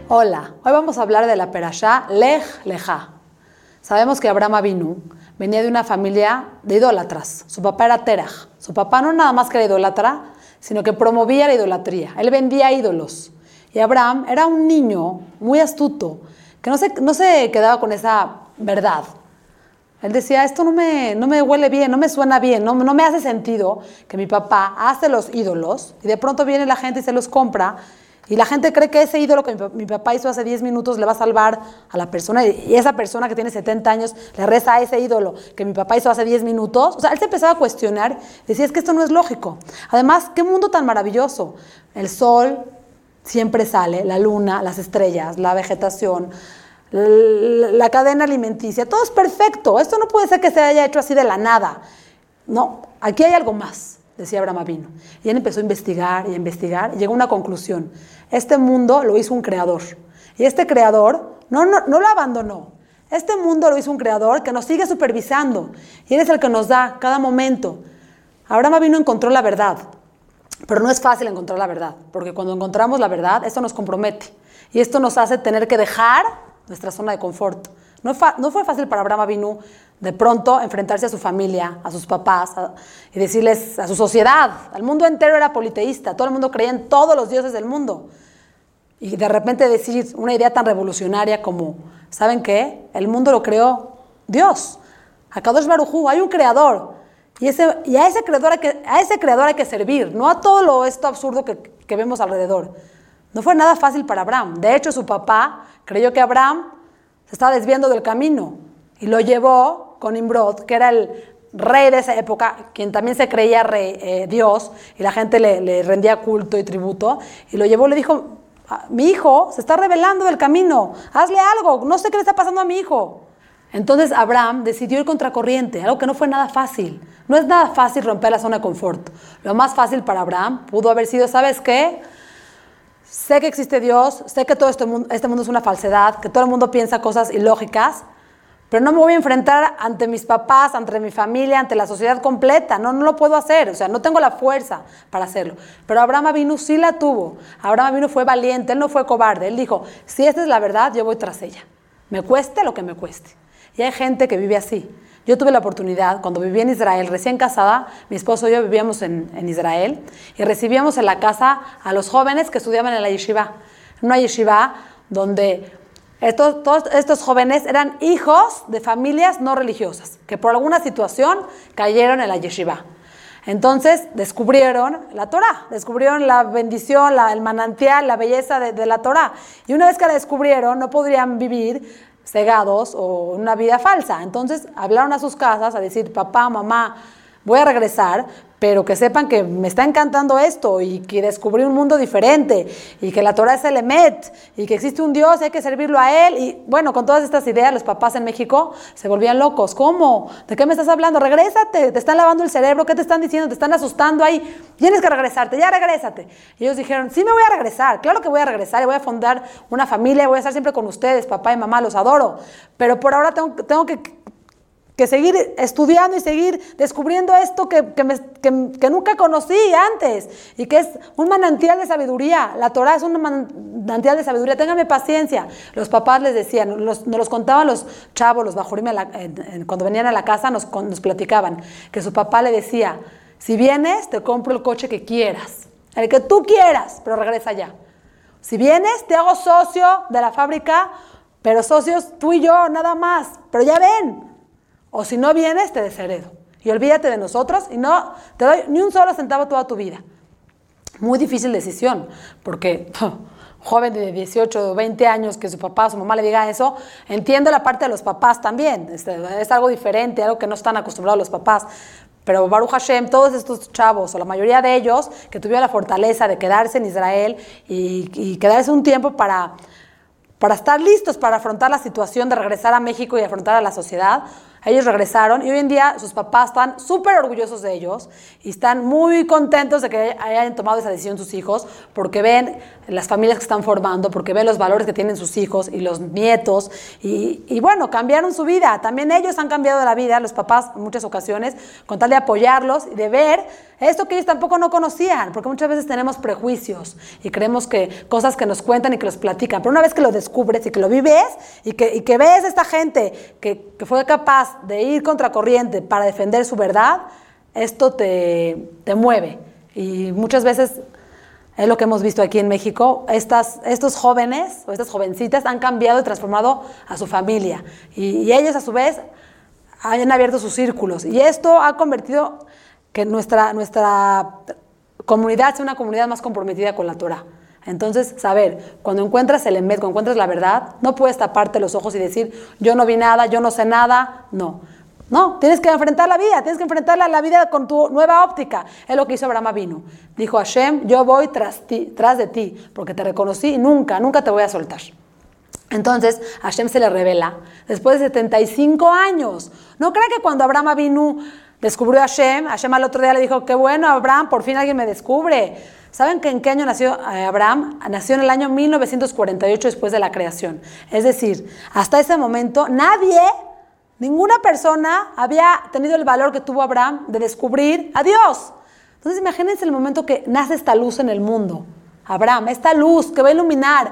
Hola, hoy vamos a hablar de la perashá Lej Lejá. Sabemos que Abraham Avinu venía de una familia de idólatras. Su papá era Terach. Su papá no nada más que era idólatra, sino que promovía la idolatría. Él vendía ídolos. Y Abraham era un niño muy astuto, que no se quedaba con esa verdad. Él decía, esto no me huele bien, no me suena bien, no me hace sentido que mi papá hace los ídolos y de pronto viene la gente y se los compra y la gente cree que ese ídolo que mi papá hizo hace 10 minutos le va a salvar a la persona y esa persona que tiene 70 años le reza a ese ídolo que mi papá hizo hace 10 minutos. O sea, él se empezaba a cuestionar y decía, es que esto no es lógico. Además, qué mundo tan maravilloso. El sol siempre sale, la luna, las estrellas, la vegetación, la cadena alimenticia, todo es perfecto. Esto no puede ser que se haya hecho así de la nada. No, aquí hay algo más, decía Abraham Avinu. Y él empezó a investigar y llegó a una conclusión. Este mundo lo hizo un creador. Y este creador no lo abandonó. Este mundo lo hizo un creador que nos sigue supervisando. Y él es el que nos da cada momento. Abraham Avinu encontró la verdad. Pero no es fácil encontrar la verdad. Porque cuando encontramos la verdad, esto nos compromete. Y esto nos hace tener que dejar nuestra zona de confort. No fue fácil para Abraham Avinu de pronto enfrentarse a su familia, a sus papás y decirles a su sociedad. El mundo entero era politeísta, todo el mundo creía en todos los dioses del mundo. Y de repente decir una idea tan revolucionaria como, ¿saben qué? El mundo lo creó Dios. Akadosh Baruj Hu, hay un creador. Y a ese creador hay que servir, no a todo esto absurdo que vemos alrededor. No fue nada fácil para Abraham. De hecho, su papá creyó que Abraham se estaba desviando del camino y lo llevó con Nimrod, que era el rey de esa época, quien también se creía rey, Dios, y la gente le rendía culto y tributo, y lo llevó y le dijo, mi hijo se está rebelando del camino, hazle algo, no sé qué le está pasando a mi hijo. Entonces Abraham decidió ir contracorriente, algo que no fue nada fácil. No es nada fácil romper la zona de confort. Lo más fácil para Abraham pudo haber sido, ¿sabes qué? Sé que existe Dios, sé que todo este mundo es una falsedad, que todo el mundo piensa cosas ilógicas, pero no me voy a enfrentar ante mis papás, ante mi familia, ante la sociedad completa. No lo puedo hacer, o sea, no tengo la fuerza para hacerlo. Pero Abraham Avinu sí la tuvo. Abraham Avinu fue valiente, él no fue cobarde. Él dijo, si esta es la verdad, yo voy tras ella. Me cueste lo que me cueste. Y hay gente que vive así. Yo tuve la oportunidad, cuando viví en Israel, recién casada, mi esposo y yo vivíamos en Israel y recibíamos en la casa a los jóvenes que estudiaban en la yeshiva. En una yeshiva donde todos estos jóvenes eran hijos de familias no religiosas, que por alguna situación cayeron en la yeshiva. Entonces descubrieron la Torah, descubrieron la bendición, el manantial, la belleza de la Torah. Y una vez que la descubrieron, no podrían vivir cegados o una vida falsa. Entonces hablaron a sus casas a decir, papá, mamá, voy a regresar, pero que sepan que me está encantando esto y que descubrí un mundo diferente y que la Torah es el Emet y que existe un Dios y hay que servirlo a Él. Y bueno, con todas estas ideas los papás en México se volvían locos. ¿Cómo? ¿De qué me estás hablando? Regrésate, te están lavando el cerebro, ¿qué te están diciendo? Te están asustando ahí, tienes que regresarte, ya regrésate. Y ellos dijeron, sí me voy a regresar, claro que voy a regresar y voy a fundar una familia, voy a estar siempre con ustedes, papá y mamá, los adoro, pero por ahora tengo que seguir estudiando y seguir descubriendo esto que nunca conocí antes y que es un manantial de sabiduría. La Torah es un manantial de sabiduría, ténganme paciencia. Los papás les decían, nos los contaban los chavos, los bajurim, cuando venían a la casa nos platicaban que su papá le decía, si vienes te compro el coche que quieras, el que tú quieras, pero regresa ya. Si vienes te hago socio de la fábrica, pero socios tú y yo nada más, pero ya ven. O si no vienes, te desheredo. Y olvídate de nosotros y no te doy ni un solo centavo toda tu vida. Muy difícil decisión, porque joven de 18 o 20 años que su papá o su mamá le diga eso, entiendo la parte de los papás también. Es algo diferente, algo que no están acostumbrados los papás. Pero Baruch Hashem, todos estos chavos, o la mayoría de ellos, que tuvieron la fortaleza de quedarse en Israel y quedarse un tiempo para estar listos para afrontar la situación de regresar a México y afrontar a la sociedad, Ellos regresaron y hoy en día sus papás están súper orgullosos de ellos y están muy contentos de que hayan tomado esa decisión sus hijos porque ven las familias que están formando, porque ven los valores que tienen sus hijos y los nietos y bueno, cambiaron su vida. También ellos han cambiado la vida, los papás en muchas ocasiones, con tal de apoyarlos y de ver esto que ellos tampoco no conocían, porque muchas veces tenemos prejuicios y creemos que cosas que nos cuentan y que nos platican, pero una vez que lo descubres y que lo vives y que ves a esta gente que fue capaz de ir contracorriente para defender su verdad, esto te mueve. Y muchas veces es lo que hemos visto aquí en México, estos jóvenes o estas jovencitas han cambiado y transformado a su familia y ellos a su vez han abierto sus círculos y esto ha convertido que nuestra comunidad sea una comunidad más comprometida con la Torah. Entonces, saber, cuando encuentras el emet, cuando encuentras la verdad, no puedes taparte los ojos y decir, yo no vi nada, yo no sé nada, no. No, tienes que enfrentar la vida, tienes que enfrentar la vida con tu nueva óptica. Es lo que hizo Abraham Avinu. Dijo, Hashem, yo voy tras de ti, porque te reconocí y nunca te voy a soltar. Entonces, Hashem se le revela, después de 75 años. No crea que cuando Abraham Avinu descubrió a Hashem al otro día le dijo, qué bueno, Abraham, por fin alguien me descubre. ¿Saben en qué año nació Abraham? Nació en el año 1948 después de la creación. Es decir, hasta ese momento ninguna persona había tenido el valor que tuvo Abraham de descubrir a Dios. Entonces imagínense el momento que nace esta luz en el mundo. Abraham, esta luz que va a iluminar,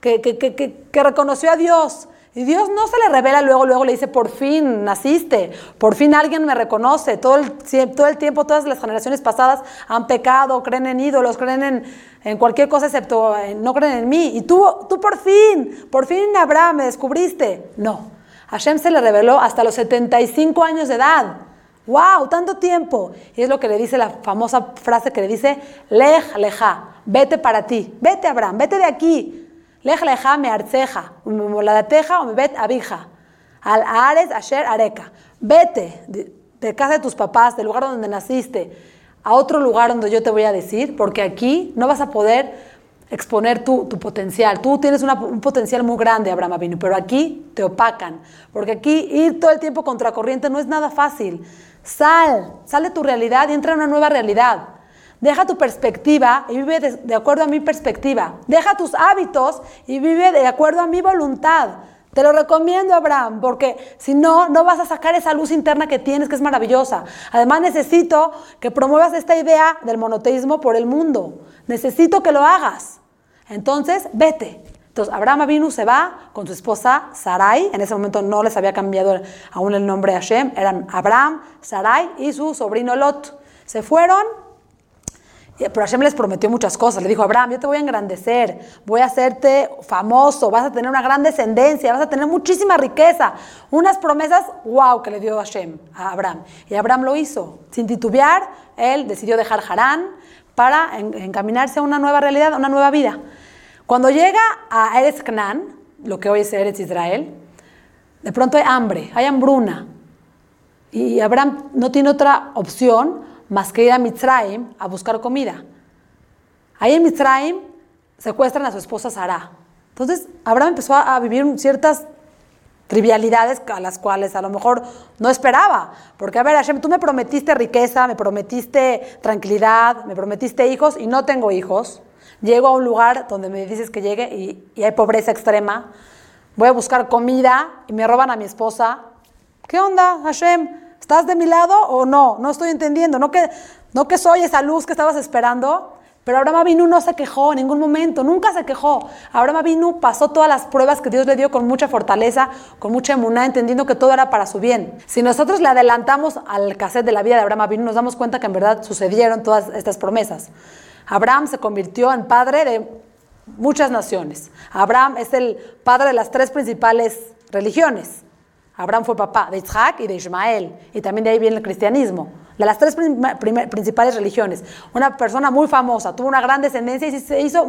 que reconoció a Dios. Y Dios no se le revela luego le dice, por fin naciste, por fin alguien me reconoce. Todo el tiempo, todas las generaciones pasadas han pecado, creen en ídolos, creen en cualquier cosa excepto no creen en mí. Y tú por fin Abraham me descubriste. No, Hashem se le reveló hasta los 75 años de edad. ¡Wow! Tanto tiempo. Y es lo que le dice la famosa frase que le dice, Lej leja, vete para ti, vete Abraham, vete de aquí. Lej leja me arceja, me molateja o me bet abija. Al ares asher areka. Vete de casa de tus papás, del lugar donde naciste, a otro lugar donde yo te voy a decir, porque aquí no vas a poder exponer tu potencial. Tú tienes un potencial muy grande, Abraham Avinu, pero aquí te opacan. Porque aquí ir todo el tiempo contracorriente no es nada fácil. Sal de tu realidad y entra en una nueva realidad. Deja tu perspectiva y vive de acuerdo a mi perspectiva. Deja tus hábitos y vive de acuerdo a mi voluntad. Te lo recomiendo, Abraham, porque si no, no vas a sacar esa luz interna que tienes, que es maravillosa. Además, necesito que promuevas esta idea del monoteísmo por el mundo. Necesito que lo hagas. Entonces, vete. Entonces, Abraham Avinu se va con su esposa Sarai. En ese momento no les había cambiado aún el nombre a Hashem. Eran Abraham, Sarai y su sobrino Lot. Se fueron. Pero Hashem les prometió muchas cosas. Le dijo, Abraham, yo te voy a engrandecer, voy a hacerte famoso, vas a tener una gran descendencia, vas a tener muchísima riqueza. Unas promesas, wow, que le dio Hashem a Abraham. Y Abraham lo hizo. Sin titubear, él decidió dejar Harán para encaminarse a una nueva realidad, a una nueva vida. Cuando llega a Eretz Canaán, lo que hoy es Eretz Israel, de pronto hay hambre, hay hambruna. Y Abraham no tiene otra opción más que ir a Mitzrayim a buscar comida. Ahí en Mitzrayim secuestran a su esposa Sará. Entonces Abraham empezó a vivir ciertas trivialidades a las cuales a lo mejor no esperaba. Porque a ver, Hashem, tú me prometiste riqueza, me prometiste tranquilidad, me prometiste hijos y no tengo hijos. Llego a un lugar donde me dices que llegue y hay pobreza extrema. Voy a buscar comida y me roban a mi esposa. ¿Qué onda, Hashem? ¿Estás de mi lado o no? No estoy entendiendo. No que soy esa luz que estabas esperando. Pero Abraham Avinu no se quejó en ningún momento. Nunca se quejó. Abraham Avinu pasó todas las pruebas que Dios le dio con mucha fortaleza, con mucha emuná, entendiendo que todo era para su bien. Si nosotros le adelantamos al cassette de la vida de Abraham Avinu, nos damos cuenta que en verdad sucedieron todas estas promesas. Abraham se convirtió en padre de muchas naciones. Abraham es el padre de las 3 principales religiones. Abraham fue papá de Isaac y de Ismael, y también de ahí viene el cristianismo, de las 3 principales religiones. Una persona muy famosa, tuvo una gran descendencia y se hizo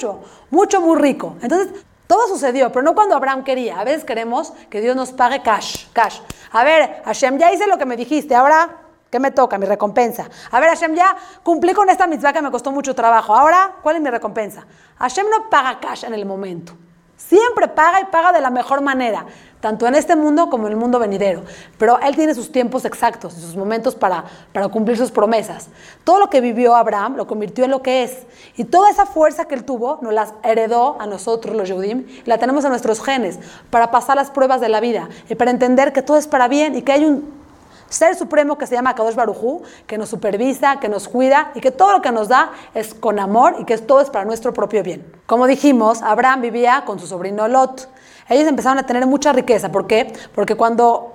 muy rico. Entonces, todo sucedió, pero no cuando Abraham quería. A veces queremos que Dios nos pague cash. A ver, Hashem, ya hice lo que me dijiste, ahora, ¿qué me toca? Mi recompensa. A ver, Hashem, ya cumplí con esta mitzvah que me costó mucho trabajo, ahora, ¿cuál es mi recompensa? Hashem no paga cash en el momento. Siempre paga y paga de la mejor manera. tanto en este mundo como en el mundo venidero. Pero él tiene sus tiempos exactos y sus momentos para cumplir sus promesas. Todo lo que vivió Abraham lo convirtió en lo que es. Y toda esa fuerza que él tuvo nos la heredó a nosotros, los Yehudim, y la tenemos en nuestros genes para pasar las pruebas de la vida y para entender que todo es para bien y que hay un Ser supremo que se llama Kadosh Baruj Hu, que nos supervisa, que nos cuida y que todo lo que nos da es con amor y que todo es para nuestro propio bien. Como dijimos, Abraham vivía con su sobrino Lot. Ellos empezaron a tener mucha riqueza. ¿Por qué? Porque cuando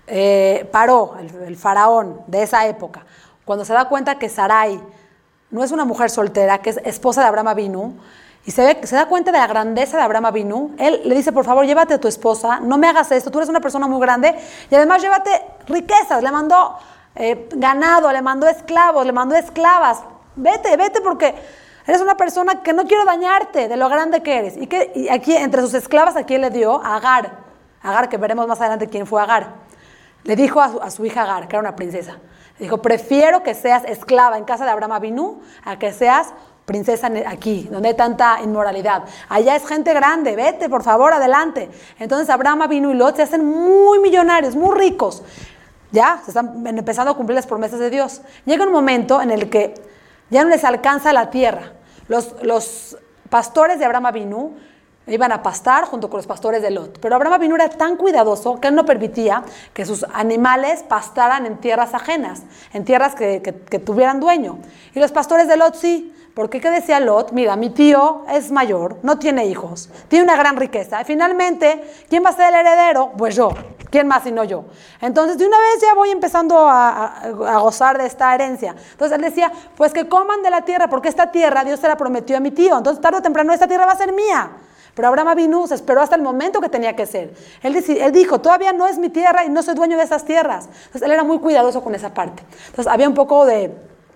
paró el faraón de esa época, cuando se da cuenta que Sarai no es una mujer soltera, que es esposa de Abraham Avinu, y se da cuenta de la grandeza de Abraham Avinu, él le dice, por favor, llévate a tu esposa, no me hagas esto, tú eres una persona muy grande, y además llévate riquezas, le mandó ganado, le mandó esclavos, le mandó esclavas, vete porque eres una persona que no quiero dañarte de lo grande que eres. Y aquí, entre sus esclavas, aquí le dio a Agar, que veremos más adelante quién fue Agar. Le dijo a su hija Agar, que era una princesa, le dijo, prefiero que seas esclava en casa de Abraham Avinu a que seas princesa aquí, donde hay tanta inmoralidad. Allá es gente grande, vete, por favor, adelante. Entonces Abraham Avinu y Lot se hacen muy millonarios, muy ricos. Ya, se están empezando a cumplir las promesas de Dios. Llega un momento en el que ya no les alcanza la tierra. Los pastores de Abraham Avinu iban a pastar junto con los pastores de Lot. Pero Abraham Avinu era tan cuidadoso que él no permitía que sus animales pastaran en tierras ajenas, en tierras que tuvieran dueño. Y los pastores de Lot sí. Porque ¿qué decía Lot? Mira, mi tío es mayor, no tiene hijos, tiene una gran riqueza. Y finalmente, ¿quién va a ser el heredero? Pues yo. ¿Quién más sino yo? Entonces, de una vez ya voy empezando a gozar de esta herencia. Entonces, él decía, pues que coman de la tierra, porque esta tierra Dios se la prometió a mi tío. Entonces, tarde o temprano, esta tierra va a ser mía. Pero Abraham Avinu se esperó hasta el momento que tenía que ser. Él dijo, todavía no es mi tierra y no soy dueño de esas tierras. Entonces, él era muy cuidadoso con esa parte. Entonces, había un poco de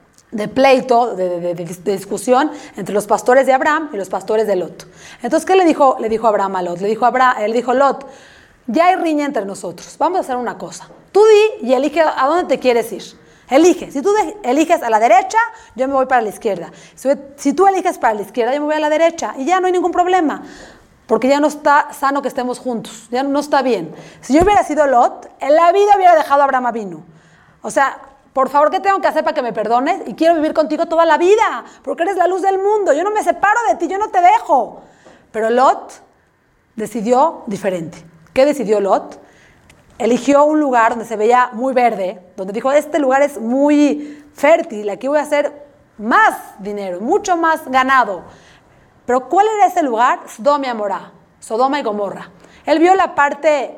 pleito, de discusión entre los pastores de Abraham y los pastores de Lot. Entonces, ¿qué le dijo Abraham a Lot? Le dijo Lot, ya hay riña entre nosotros, vamos a hacer una cosa. Tú di y elige a dónde te quieres ir. Elige. Si tú eliges a la derecha, yo me voy para la izquierda. Si tú eliges para la izquierda, yo me voy a la derecha. Y ya no hay ningún problema. Porque ya no está sano que estemos juntos. Ya no está bien. Si yo hubiera sido Lot, en la vida hubiera dejado a Abraham Avinu. O sea, por favor, ¿qué tengo que hacer para que me perdones? Y quiero vivir contigo toda la vida, porque eres la luz del mundo. Yo no me separo de ti, yo no te dejo. Pero Lot decidió diferente. ¿Qué decidió Lot? Eligió un lugar donde se veía muy verde, donde dijo, este lugar es muy fértil, aquí voy a hacer más dinero, mucho más ganado. Pero ¿cuál era ese lugar? Sodoma y Amorá, Sodoma y Gomorra. Él vio la parte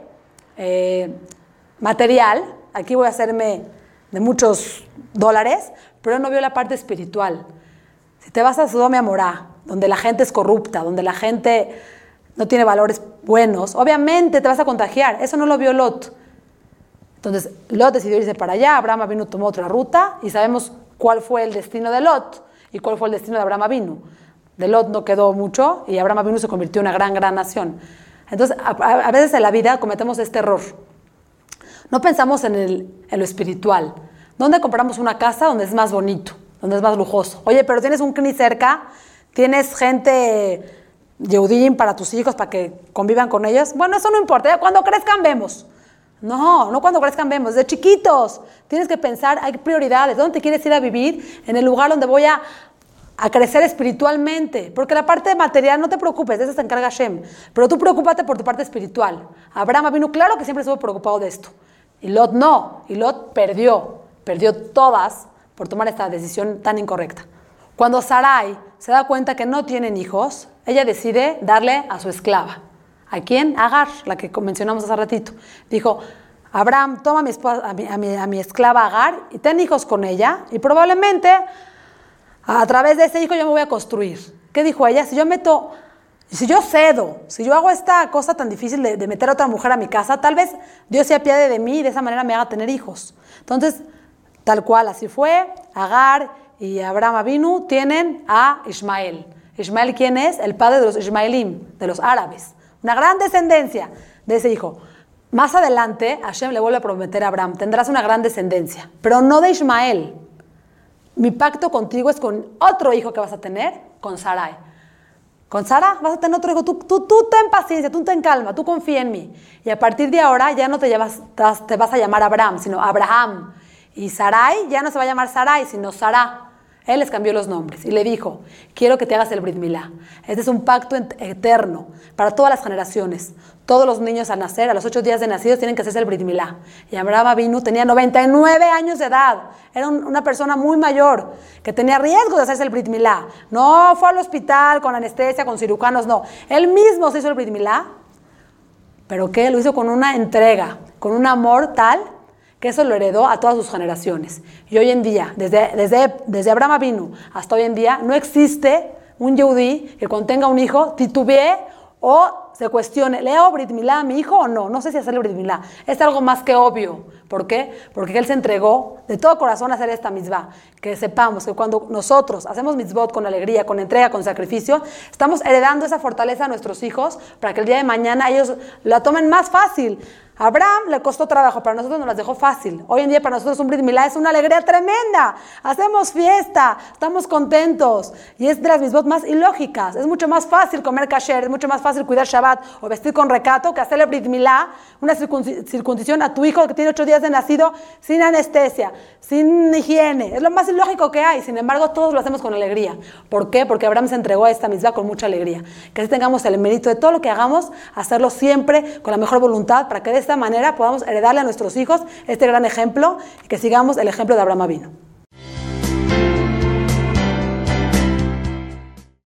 material, aquí voy a hacerme de muchos dólares, pero no vio la parte espiritual. Si te vas a Sodoma y Amorá, donde la gente es corrupta, donde la gente no tiene valores buenos, obviamente te vas a contagiar. Eso no lo vio Lot. Entonces, Lot decidió irse para allá, Abraham Avinu tomó otra ruta y sabemos cuál fue el destino de Lot y cuál fue el destino de Abraham Avinu. De Lot no quedó mucho y Abraham Avinu se convirtió en una gran nación. Entonces, a veces en la vida cometemos este error. No pensamos en lo espiritual. ¿Dónde compramos una casa donde es más bonito, donde es más lujoso? Oye, pero tienes un CNI cerca, tienes gente Yehudim para tus hijos, para que convivan con ellos. Bueno, eso no importa, ya cuando crezcan vemos. No cuando crezcan vemos, de chiquitos. Tienes que pensar, hay prioridades. ¿Dónde te quieres ir a vivir? En el lugar donde voy a crecer espiritualmente. Porque la parte material, no te preocupes, de eso se encarga Hashem. Pero tú preocúpate por tu parte espiritual. Abraham vino, claro que siempre estuvo preocupado de esto. Y Lot no. Y Lot perdió todas por tomar esta decisión tan incorrecta. Cuando Sarai se da cuenta que no tienen hijos, ella decide darle a su esclava. ¿A quién? A Agar, la que mencionamos hace ratito. Dijo, Abraham, toma a mi esclava Agar y ten hijos con ella y probablemente a través de ese hijo yo me voy a construir. ¿Qué dijo ella? Si yo cedo, si yo hago esta cosa tan difícil de meter a otra mujer a mi casa, tal vez Dios se apiade de mí y de esa manera me haga tener hijos. Entonces, tal cual, así fue. Agar y Abraham Avinu tienen a Ismael. Ismael, ¿quién es? El padre de los Ismaelim, de los árabes. Una gran descendencia de ese hijo. Más adelante, Hashem le vuelve a prometer a Abraham, tendrás una gran descendencia, pero no de Ismael. Mi pacto contigo es con otro hijo que vas a tener, con Sarai. Con Sara vas a tener otro hijo, tú ten paciencia, tú ten calma, tú confía en mí. Y a partir de ahora ya no te vas a llamar Abraham, sino Abraham. Y Sarai ya no se va a llamar Sarai, sino Sará. Él les cambió los nombres y le dijo, quiero que te hagas el Brit Milá. Este es un pacto eterno para todas las generaciones. Todos los niños al nacer, a los 8 días de nacidos, tienen que hacerse el Brit Milá. Y Abraham Avinu tenía 99 años de edad. Era una persona muy mayor que tenía riesgo de hacerse el Brit Milá. No fue al hospital con anestesia, con cirujanos, no. Él mismo se hizo el Brit Milá. ¿Pero qué? Lo hizo con una entrega, con un amor tal que eso lo heredó a todas sus generaciones. Y hoy en día, desde Abraham Avinu hasta hoy en día, no existe un yehudí que cuando tenga un hijo titubee o se cuestione, ¿le hago Brit Milá a mi hijo o no? No sé si hacerle Brit Milá. Es algo más que obvio. ¿Por qué? Porque él se entregó de todo corazón a hacer esta mitzvah. Que sepamos que cuando nosotros hacemos mitzvot con alegría, con entrega, con sacrificio, estamos heredando esa fortaleza a nuestros hijos para que el día de mañana ellos la tomen más fácil. A Abraham le costó trabajo, para nosotros nos las dejó fácil. Hoy en día para nosotros un Brit Milá es una alegría tremenda. Hacemos fiesta, estamos contentos. Y es de las mitzvot más ilógicas. Es mucho más fácil comer kasher, es mucho más fácil cuidar Shabbat o vestir con recato que hacerle Brit Milá, una circuncisión a tu hijo que tiene 8 días de nacido sin anestesia, sin higiene. Es lo más ilógico que hay. Sin embargo, todos lo hacemos con alegría. ¿Por qué? Porque Abraham se entregó a esta mitzvah con mucha alegría. Que así tengamos el mérito de todo lo que hagamos, hacerlo siempre con la mejor voluntad para que de esta manera podamos heredarle a nuestros hijos este gran ejemplo y que sigamos el ejemplo de Abraham Avinu.